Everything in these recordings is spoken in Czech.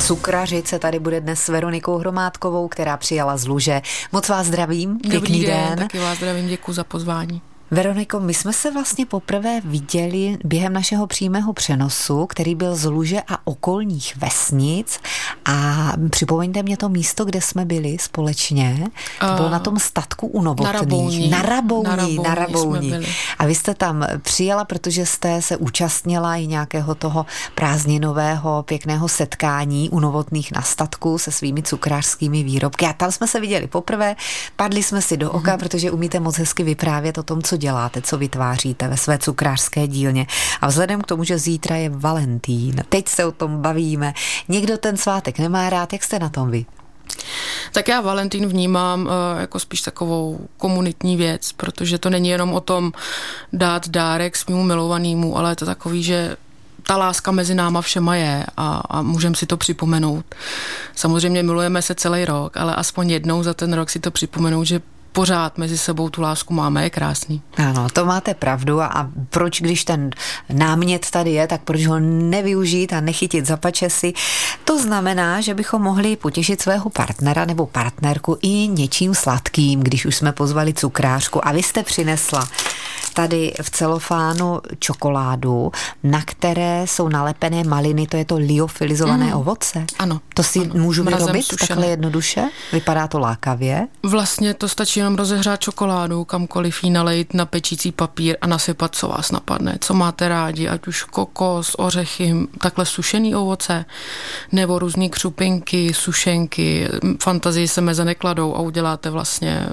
Cukrařice tady bude dnes s Veronikou Hromádkovou, která přijala z Luže. Moc vás zdravím, pěkný Dobrý den. Taky vás zdravím, děkuji za pozvání. Veroniko, my jsme se vlastně poprvé viděli během našeho přímého přenosu, který byl z Luže a okolních vesnic, a připomeňte mě to místo, kde jsme byli společně. To bylo na tom statku u Novotných. Na Rabouni. A vy jste tam přijela, protože jste se účastnila i nějakého toho prázdninového pěkného setkání u Novotných na statku se svými cukrářskými výrobky. A tam jsme se viděli poprvé, padli jsme si do oka, protože umíte moc hezky vyprávět o tom, co děláte, co vytváříte ve své cukrářské dílně. A vzhledem k tomu, že zítra je Valentín, teď se o tom bavíme, někdo ten svátek nemá rád, jak jste na tom vy? Tak já Valentín vnímám jako spíš takovou komunitní věc, protože to není jenom o tom dát dárek svému milovanému, ale je to takový, že ta láska mezi náma všema je a můžeme si to připomenout. Samozřejmě milujeme se celý rok, ale aspoň jednou za ten rok si to připomenout, že pořád mezi sebou tu lásku máme, je krásný. Ano, to máte pravdu a proč, když ten námět tady je, tak proč ho nevyužít a nechytit za pačesy? To znamená, že bychom mohli potěšit svého partnera nebo partnerku i něčím sladkým, když už jsme pozvali cukrářku a vy jste přinesla tady v celofánu čokoládu, na které jsou nalepené maliny, to je to liofilizované ovoce. Ano. To si můžu vyrobit takhle jednoduše? Vypadá to lákavě? Vlastně to stačí jenom rozehřát čokoládu, kamkoliv jí nalejt na pečící papír a nasypat, co vás napadne. Co máte rádi, ať už kokos, ořechy, takhle sušený ovoce, nebo různý křupinky, sušenky. Fantazii se meze nekladou a uděláte vlastně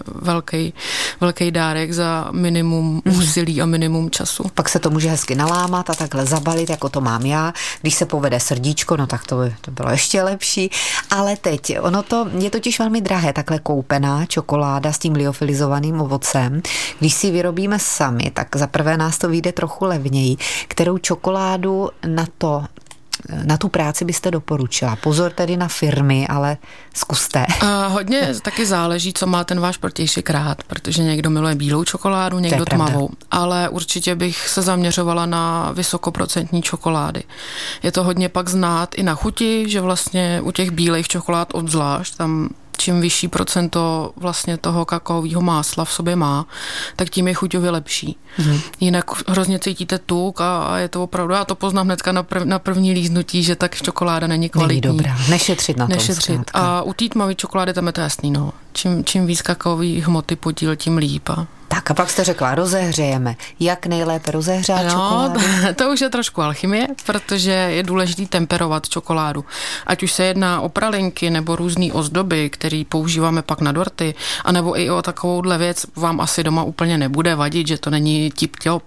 velký dárek za minimum úsilí a minimum času. Pak se to může hezky nalámat a takhle zabalit, jako to mám já. Když se povede srdíčko, no tak to bylo ještě lepší. Ale teď, je totiž velmi drahé, takhle koupená čokoláda s tím liofilizovaným ovocem. Když si vyrobíme sami, tak zaprvé nás to vyjde trochu levněji. Kterou čokoládu na tu práci byste doporučila? Pozor tedy na firmy, ale zkuste. Hodně taky záleží, co má ten váš protějšek rád, protože někdo miluje bílou čokoládu, někdo tmavou. Ale určitě bych se zaměřovala na vysokoprocentní čokolády. Je to hodně pak znát i na chuti, že vlastně u těch bílejch čokolád obzvlášť, tam čím vyšší procento vlastně toho kakaového másla v sobě má, tak tím je chuťově lepší. Jinak hrozně cítíte tuk a je to opravdu, já to poznám hnedka na první líznutí, že tak čokoláda není kvalitní. Není dobrá, nešetřit na tom. Zkrátka. A u té tmavé čokolády tam je to jasný, no. Čím víc kakaový hmoty podíl, tím líp. Tak a pak jste řekla, rozehřejeme. Jak nejlépe rozehřát čokoládu? To už je trošku alchymie, protože je důležitý temperovat čokoládu. Ať už se jedná o pralinky nebo různé ozdoby, které používáme pak na dorty, anebo i o takovouhle věc vám asi doma úplně nebude vadit, že to není tip-top,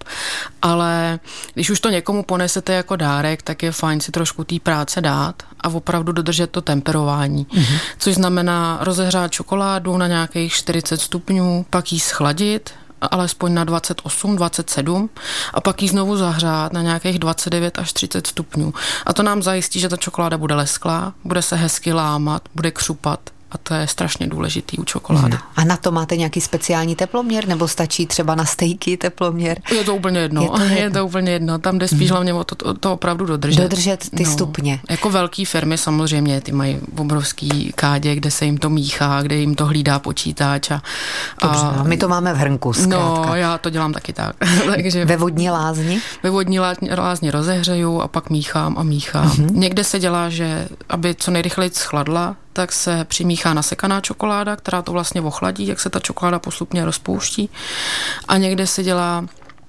ale když už to někomu ponesete jako dárek, tak je fajn si trošku té práce dát a opravdu dodržet to temperování. Což znamená rozehřát čokoládu na nějakých 40 stupňů, pak ji schladit, alespoň na 28, 27 a pak ji znovu zahřát na nějakých 29 až 30 stupňů. A to nám zajistí, že ta čokoláda bude lesklá, bude se hezky lámat, bude křupat. A to je strašně důležitý u čokolády. No. A na to máte nějaký speciální teploměr, nebo stačí třeba na stejky teploměr? Je to úplně jedno. Je to úplně jedno. Tam jde spíš hlavně o to opravdu dodržet. Dodržet ty stupně. Jako velký firmy samozřejmě, ty mají obrovský kádě, kde se jim to míchá, kde jim to hlídá počítač. Dobře, my to máme v hrnku zkrátka. No, já to dělám taky tak. Takže ve vodní lázni? Ve vodní lázni rozehřeju a pak míchám a míchám. Někde se dělá, že aby co nejrychleji schladla, tak se přimíchá nasekaná čokoláda, která to vlastně ochladí, jak se ta čokoláda postupně rozpouští. A někde se dělá,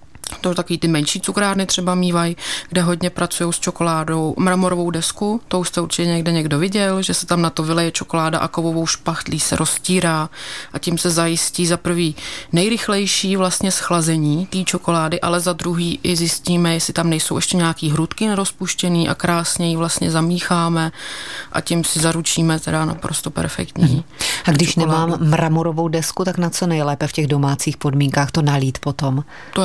to takový ty menší cukrárny třeba mývají, kde hodně pracují s čokoládou, mramorovou desku, to už jste určitě někdo viděl, že se tam na to vyleje čokoláda a kovovou špachtlí se roztírá a tím se zajistí za prvý nejrychlejší vlastně schlazení té čokolády, ale za druhý i zjistíme, jestli tam nejsou ještě nějaký hrudky nerozpuštěný a krásně ji vlastně zamícháme a tím si zaručíme teda naprosto perfektní. A když nemám mramorovou desku, tak na co nejlépe v těch domácích podmínkách to nalít potom? To je vlastně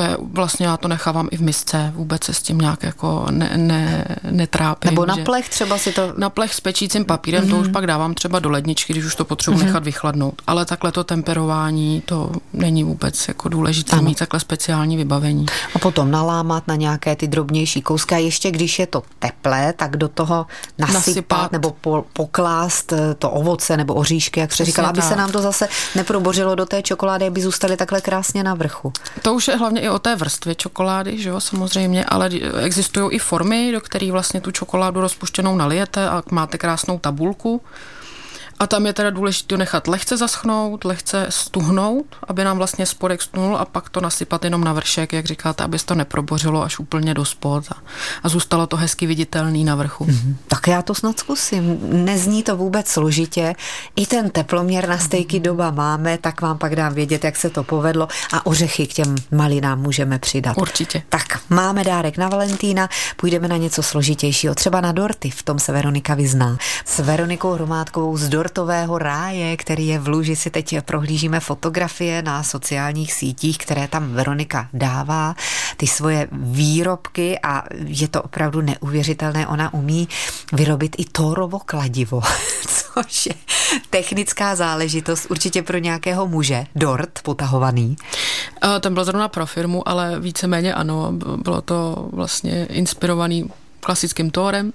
vlastně já to nechávám i v misce, vůbec se s tím nějak jako netrápím. Nebo na plech třeba si to... Na plech s pečícím papírem, to už pak dávám třeba do ledničky, když už to potřebuji nechat vychladnout. Ale takhle to temperování, to není vůbec jako důležité mít takhle speciální vybavení. A potom nalámat na nějaké ty drobnější kousky a ještě když je to teplé, tak do toho nasypat. Nebo poklást to ovoce nebo oříšky, jak se říkala, aby se nám to zase neprobořilo do té čokolády, aby zůstaly takhle krásně na vrchu. To už je hlavně i o té vrstvě čokolády, že jo, samozřejmě, ale existují i formy, do kterých vlastně tu čokoládu rozpuštěnou nalijete a máte krásnou tabulku. A tam je teda důležité nechat lehce zaschnout, lehce stuhnout, aby nám vlastně spodek stuhnul a pak to nasypat jenom na vršek, jak říkáte, aby se to neprobořilo až úplně do spod a zůstalo to hezky viditelný na vrchu. Tak já to snad zkusím. Nezní to vůbec složitě. I ten teploměr na stejky doma máme, tak vám pak dám vědět, jak se to povedlo a ořechy k těm malinám můžeme přidat. Určitě. Tak máme dárek na Valentína, půjdeme na něco složitějšího, třeba na dorty, v tom se Veronika vyzná. S Veronikou Hromádkovou z dortového ráje, který je v Luži, si teď prohlížíme fotografie na sociálních sítích, které tam Veronika dává, ty svoje výrobky a je to opravdu neuvěřitelné. Ona umí vyrobit i Thorovo kladivo, což je technická záležitost určitě pro nějakého muže. Dort potahovaný. Ten byl zrovna pro firmu, ale víceméně ano, bylo to vlastně inspirovaný klasickým Thorem.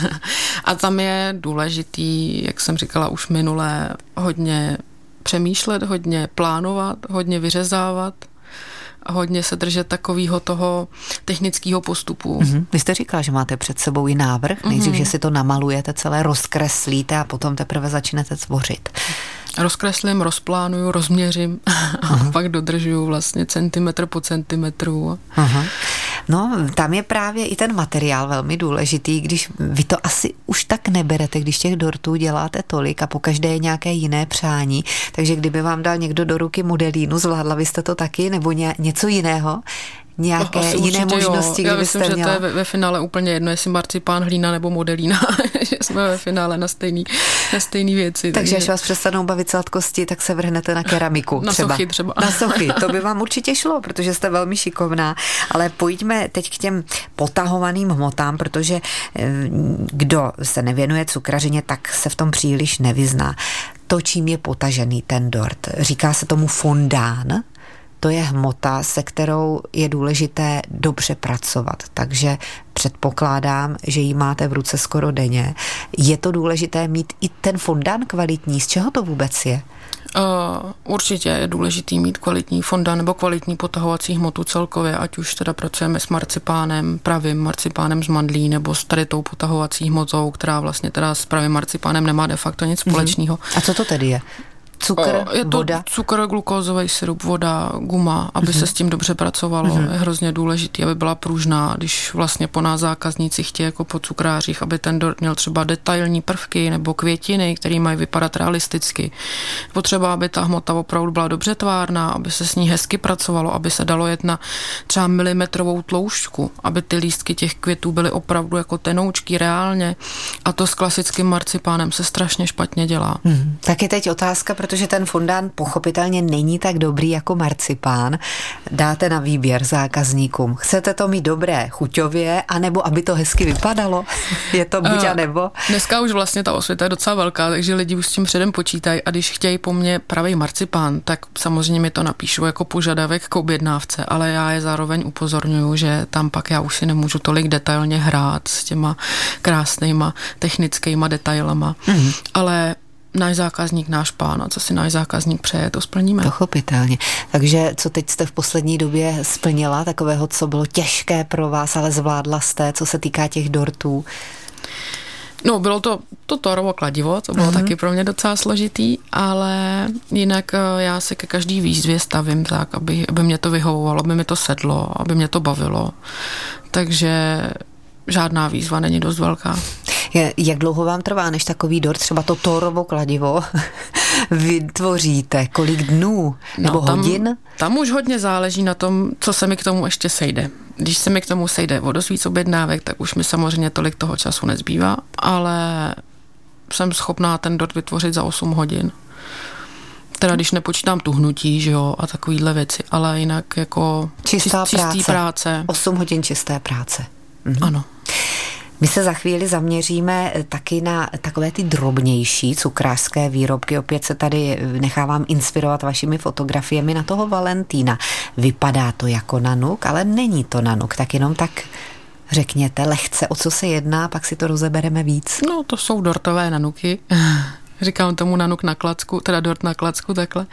A tam je důležitý, jak jsem říkala už minule, hodně přemýšlet, hodně plánovat, hodně vyřezávat, hodně se držet takového toho technického postupu. Vy jste říkala, že máte před sebou i návrh, nejdřív, že si to namalujete celé, rozkreslíte a potom teprve začnete tvořit. Rozkreslím, rozplánuju, rozměřím a pak dodržuju vlastně centimetr po centimetru. No, tam je právě i ten materiál velmi důležitý, když vy to asi už tak neberete, když těch dortů děláte tolik a pokaždé je nějaké jiné přání, takže kdyby vám dal někdo do ruky modelínu, zvládla byste to taky, nebo něco jiného? Nějaké jiné možnosti, já myslím, že to je ve finále úplně jedno, jestli marcipán, hlína nebo modelína, že jsme ve finále na stejný věci. Takže až vás přestanou bavit sladkosti, tak se vrhnete na keramiku. Na sochy třeba. Na sochy, to by vám určitě šlo, protože jste velmi šikovná, ale pojďme teď k těm potahovaným hmotám, protože kdo se nevěnuje cukrařině, tak se v tom příliš nevyzná. To, čím je potažený ten dort, říká se tomu fondán. To je hmota, se kterou je důležité dobře pracovat, takže předpokládám, že ji máte v ruce skoro denně. Je to důležité mít i ten fondán kvalitní? Z čeho to vůbec je? Určitě je důležitý mít kvalitní fondán nebo kvalitní potahovací hmotu celkově, ať už teda pracujeme s marcipánem, pravým marcipánem z mandlí nebo s tady tou potahovací hmotou, která vlastně teda s pravým marcipánem nemá de facto nic společného. A co to tedy je? Cukr, je to voda? Cukr, glukózový sirup, voda, guma, aby se s tím dobře pracovalo. Je hrozně důležitý, aby byla pružná, když vlastně po nás zákazníci chtějí jako po cukrářích, aby ten dort měl třeba detailní prvky nebo květiny, které mají vypadat realisticky. Potřeba, aby ta hmota opravdu byla dobře tvárná, aby se s ní hezky pracovalo, aby se dalo jet na třeba milimetrovou tloušťku, aby ty lístky těch květů byly opravdu jako tenoučky reálně, a to s klasickým marcipánem se strašně špatně dělá. Tak je teď otázka, protože ten fondán pochopitelně není tak dobrý jako marcipán. Dáte na výběr zákazníkům. Chcete to mít dobré chuťově, anebo aby to hezky vypadalo? Je to buď a nebo? Dneska už vlastně ta osvěta je docela velká, takže lidi už s tím předem počítají a když chtějí po mně pravý marcipán, tak samozřejmě mi to napíšu jako požadavek k objednávce, ale já je zároveň upozorňuju, že tam pak já už si nemůžu tolik detailně hrát s těma krásnýma technickýma detailama. Ale náš zákazník, náš pán, a co si náš zákazník přeje, to splníme. Pochopitelně. Takže co teď jste v poslední době splnila takového, co bylo těžké pro vás, ale zvládla jste, co se týká těch dortů? No, bylo to Thorovo kladivo, to bylo taky pro mě docela složitý, ale jinak já se ke každý výzvě stavím tak, aby mě to vyhovovalo, aby mi to sedlo, aby mě to bavilo. Takže žádná výzva není dost velká. Jak dlouho vám trvá, než takový dort, třeba to Thorovo kladivo, vytvoříte? Kolik dnů? Nebo hodin? Tam už hodně záleží na tom, co se mi k tomu ještě sejde. Když se mi k tomu sejde o dost víc objednávek, tak už mi samozřejmě tolik toho času nezbývá, ale jsem schopná ten dort vytvořit za 8 hodin. Teda když nepočítám tuhnutí, že jo, a takovýhle věci, ale jinak jako čistý práce. 8 hodin čisté práce. Ano. My se za chvíli zaměříme taky na takové ty drobnější cukrářské výrobky. Opět se tady nechávám inspirovat vašimi fotografiemi na toho Valentína. Vypadá to jako nanuk, ale není to nanuk. Tak jenom tak řekněte lehce, o co se jedná, pak si to rozebereme víc. No, to jsou dortové nanuky. Říkám tomu nanuk na klacku, teda dort na klacku, takhle.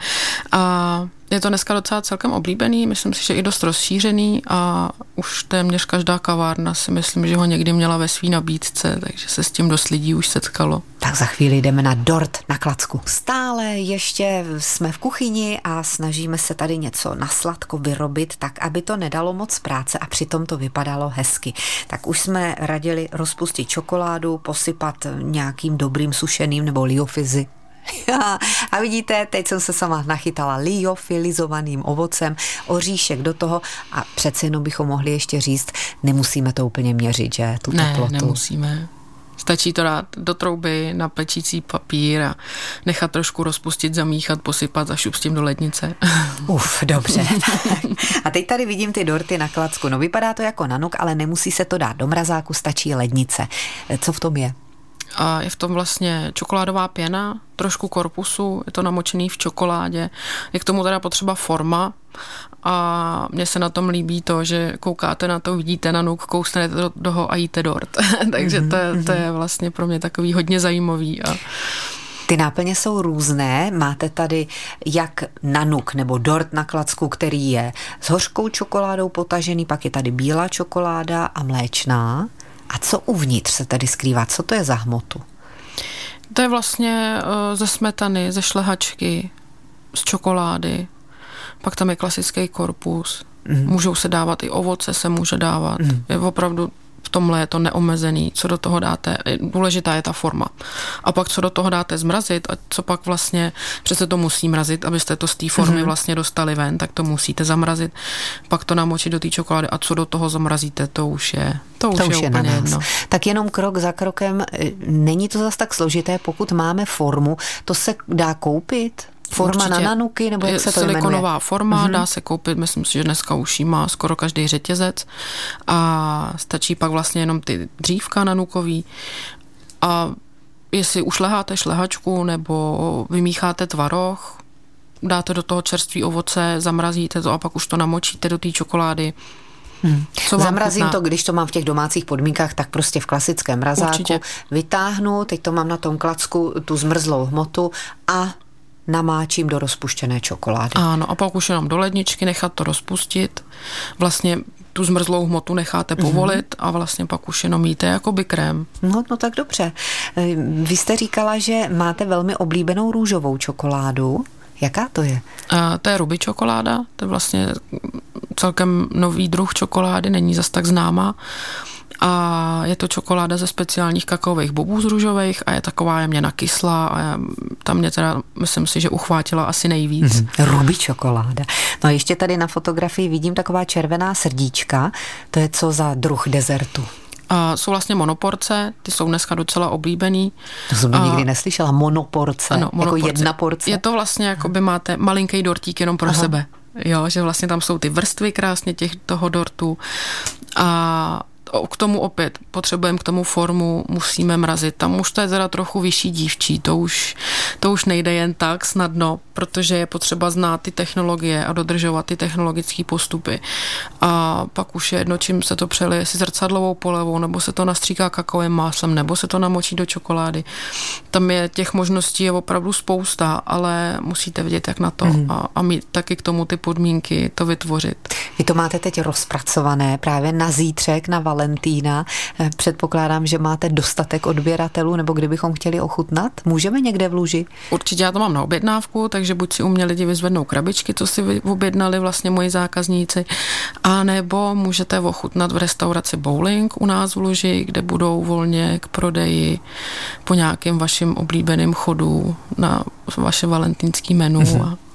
A je to dneska docela celkem oblíbený, myslím si, že i dost rozšířený a už téměř každá kavárna si myslím, že ho někdy měla ve svý nabídce, takže se s tím dost lidí už setkalo. Tak za chvíli jdeme na dort na klacku. Stále ještě jsme v kuchyni a snažíme se tady něco na sladko vyrobit, tak aby to nedalo moc práce a přitom to vypadalo hezky. Tak už jsme radili rozpustit čokoládu, posypat nějakým dobrým sušeným nebo liofyzy. A vidíte, teď jsem se sama nachytala liofilizovaným ovocem, oříšek do toho a přece jenom bychom mohli ještě říct, nemusíme to úplně měřit, že? Tu teplotu. Ne, nemusíme. Stačí to dát do trouby na pečící papír a nechat trošku rozpustit, zamíchat, posypat a šup s tím do lednice. Dobře. A teď tady vidím ty dorty na klacku. No vypadá to jako nanuk, ale nemusí se to dát do mrazáku, stačí lednice. Co v tom je? A je v tom vlastně čokoládová pěna, trošku korpusu, je to namočený v čokoládě. Je k tomu teda potřeba forma a mně se na tom líbí to, že koukáte na to, vidíte nanuk, kousnete do toho a jíte dort. Takže to je vlastně pro mě takový hodně zajímavý. Ty náplně jsou různé, máte tady jak nanuk nebo dort na klacku, který je s hořkou čokoládou potažený, pak je tady bílá čokoláda a mléčná. A co uvnitř se tady skrývá? Co to je za hmotu? To je vlastně ze smetany, ze šlehačky, z čokolády. Pak tam je klasický korpus. Můžou se dávat i ovoce, se může dávat. Je opravdu v tomhle je to neomezený, co do toho dáte, důležitá je ta forma. A pak co do toho dáte zmrazit a co pak vlastně, přece to musí mrazit, abyste to z té formy vlastně dostali ven, tak to musíte zamrazit, pak to namočit do té čokolády a co do toho zamrazíte, to už je úplně jedno. Tak jenom krok za krokem, není to zas tak složité, pokud máme formu, to se dá koupit? Forma na nanuky, nebo jak se to jmenuje? Silikonová forma, dá se koupit, myslím si, že dneska už jí má skoro každý řetězec a stačí pak vlastně jenom ty dřívka nanukový a jestli ušleháte šlehačku nebo vymícháte tvaroh, dáte do toho čerstvý ovoce, zamrazíte to a pak už to namočíte do té čokolády. Zamrazím to, když to mám v těch domácích podmínkách, tak prostě v klasickém mrazáku. Určitě. Vytáhnu, teď to mám na tom klacku, tu zmrzlou hmotu a namáčím do rozpuštěné čokolády. Ano, a pak už jenom do ledničky nechat to rozpustit. Vlastně tu zmrzlou hmotu necháte povolit a vlastně pak už jenom jíte jakoby krém. No tak dobře. Vy jste říkala, že máte velmi oblíbenou růžovou čokoládu. Jaká to je? To je Ruby čokoláda, to je vlastně celkem nový druh čokolády, není zas tak známá. A je to čokoláda ze speciálních kakaových bobů z růžových a je taková jemně nakyslá a tam mě teda, myslím si, že uchvátila asi nejvíc. Ruby čokoláda. No a ještě tady na fotografii vidím taková červená srdíčka. To je co za druh dezertu? Jsou vlastně monoporce, ty jsou dneska docela oblíbený. To jsem nikdy neslyšela, monoporce, ano, jako jedna porce. Je to vlastně, jako by máte malinký dortík jenom pro sebe. Jo, že vlastně tam jsou ty vrstvy krásně toho dortu a k tomu opět potřebujeme k tomu formu, musíme mrazit. Tam už to je teda trochu vyšší dívčí, to už nejde jen tak snadno, protože je potřeba znát ty technologie a dodržovat ty technologické postupy. A pak už je jedno, čím se to přelije, jestli zrcadlovou polevou, nebo se to nastříká kakaovým máslem, nebo se to namočí do čokolády. Tam je těch možností je opravdu spousta, ale musíte vědět, jak na to a mít taky k tomu ty podmínky to vytvořit. Vy to máte teď rozpracované právě na zítřek, na Valentína. Předpokládám, že máte dostatek odběratelů, nebo kdybychom chtěli ochutnat, můžeme někde v Luži? Určitě já to mám na objednávku, takže buď si u mě lidi vyzvednou krabičky, co si objednali vlastně moji zákazníci, a nebo můžete ochutnat v restauraci Bowling u nás v Luži, kde budou volně k prodeji po nějakém vašem oblíbeném chodu na vaše valentínský menu.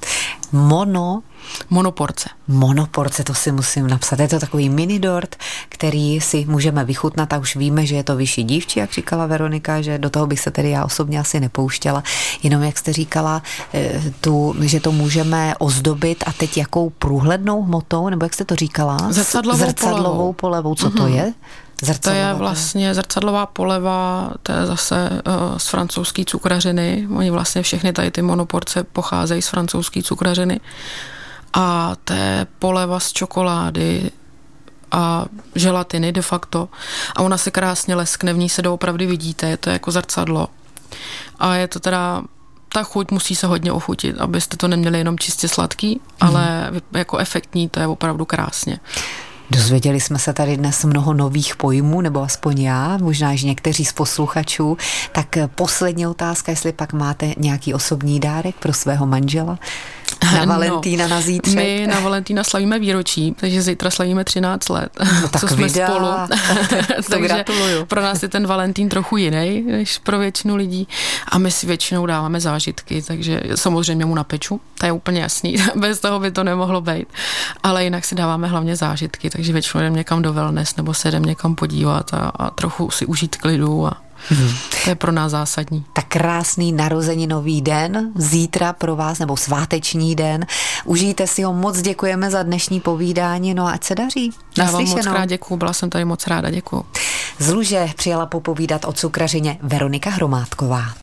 Monoporce, to si musím napsat. Je to takový mini dort, který si můžeme vychutnat a už víme, že je to vyšší dívčí, jak říkala Veronika, že do toho bych se tedy já osobně asi nepouštěla. Jenom jak jste říkala, že to můžeme ozdobit a teď jakou průhlednou hmotou, nebo jak jste to říkala? Zrcadlovou polevou. Co to je? To je vlastně zrcadlová poleva, to je zase z francouzské cukrařiny. Oni vlastně všechny tady ty monoporce pocházejí z francouzské cukrařiny. A to je poleva z čokolády a želatiny de facto. A ona se krásně leskne, v ní se doopravdy vidíte, je to jako zrcadlo. A je to teda, ta chuť musí se hodně ochutit, abyste to neměli jenom čistě sladký, ale jako efektní, to je opravdu krásně. Dozvěděli jsme se tady dnes mnoho nových pojmů, nebo aspoň já, možná i někteří z posluchačů. Tak poslední otázka, jestli pak máte nějaký osobní dárek pro svého manžela na Valentína, na zítřek. My na Valentína slavíme výročí, takže zítra slavíme 13 let, co jsme spolu. Takže gratuluju. Pro nás je ten Valentín trochu jiný, než pro většinu lidí. A my si většinou dáváme zážitky, takže samozřejmě mu napeču, to je úplně jasný, bez toho by to nemohlo být. Ale jinak si dáváme hlavně zážitky, takže většinou jdem někam do wellness, nebo se jdem někam podívat a trochu si užít klidu a to je pro nás zásadní. Tak krásný narozeninový den, zítra pro vás, nebo sváteční den. Užijte si ho, moc děkujeme za dnešní povídání, no a ať se daří. Já vám moc krát děkuju, byla jsem tady moc ráda, děkuju. Z Luže přijela popovídat o cukrařině Veronika Hromádková.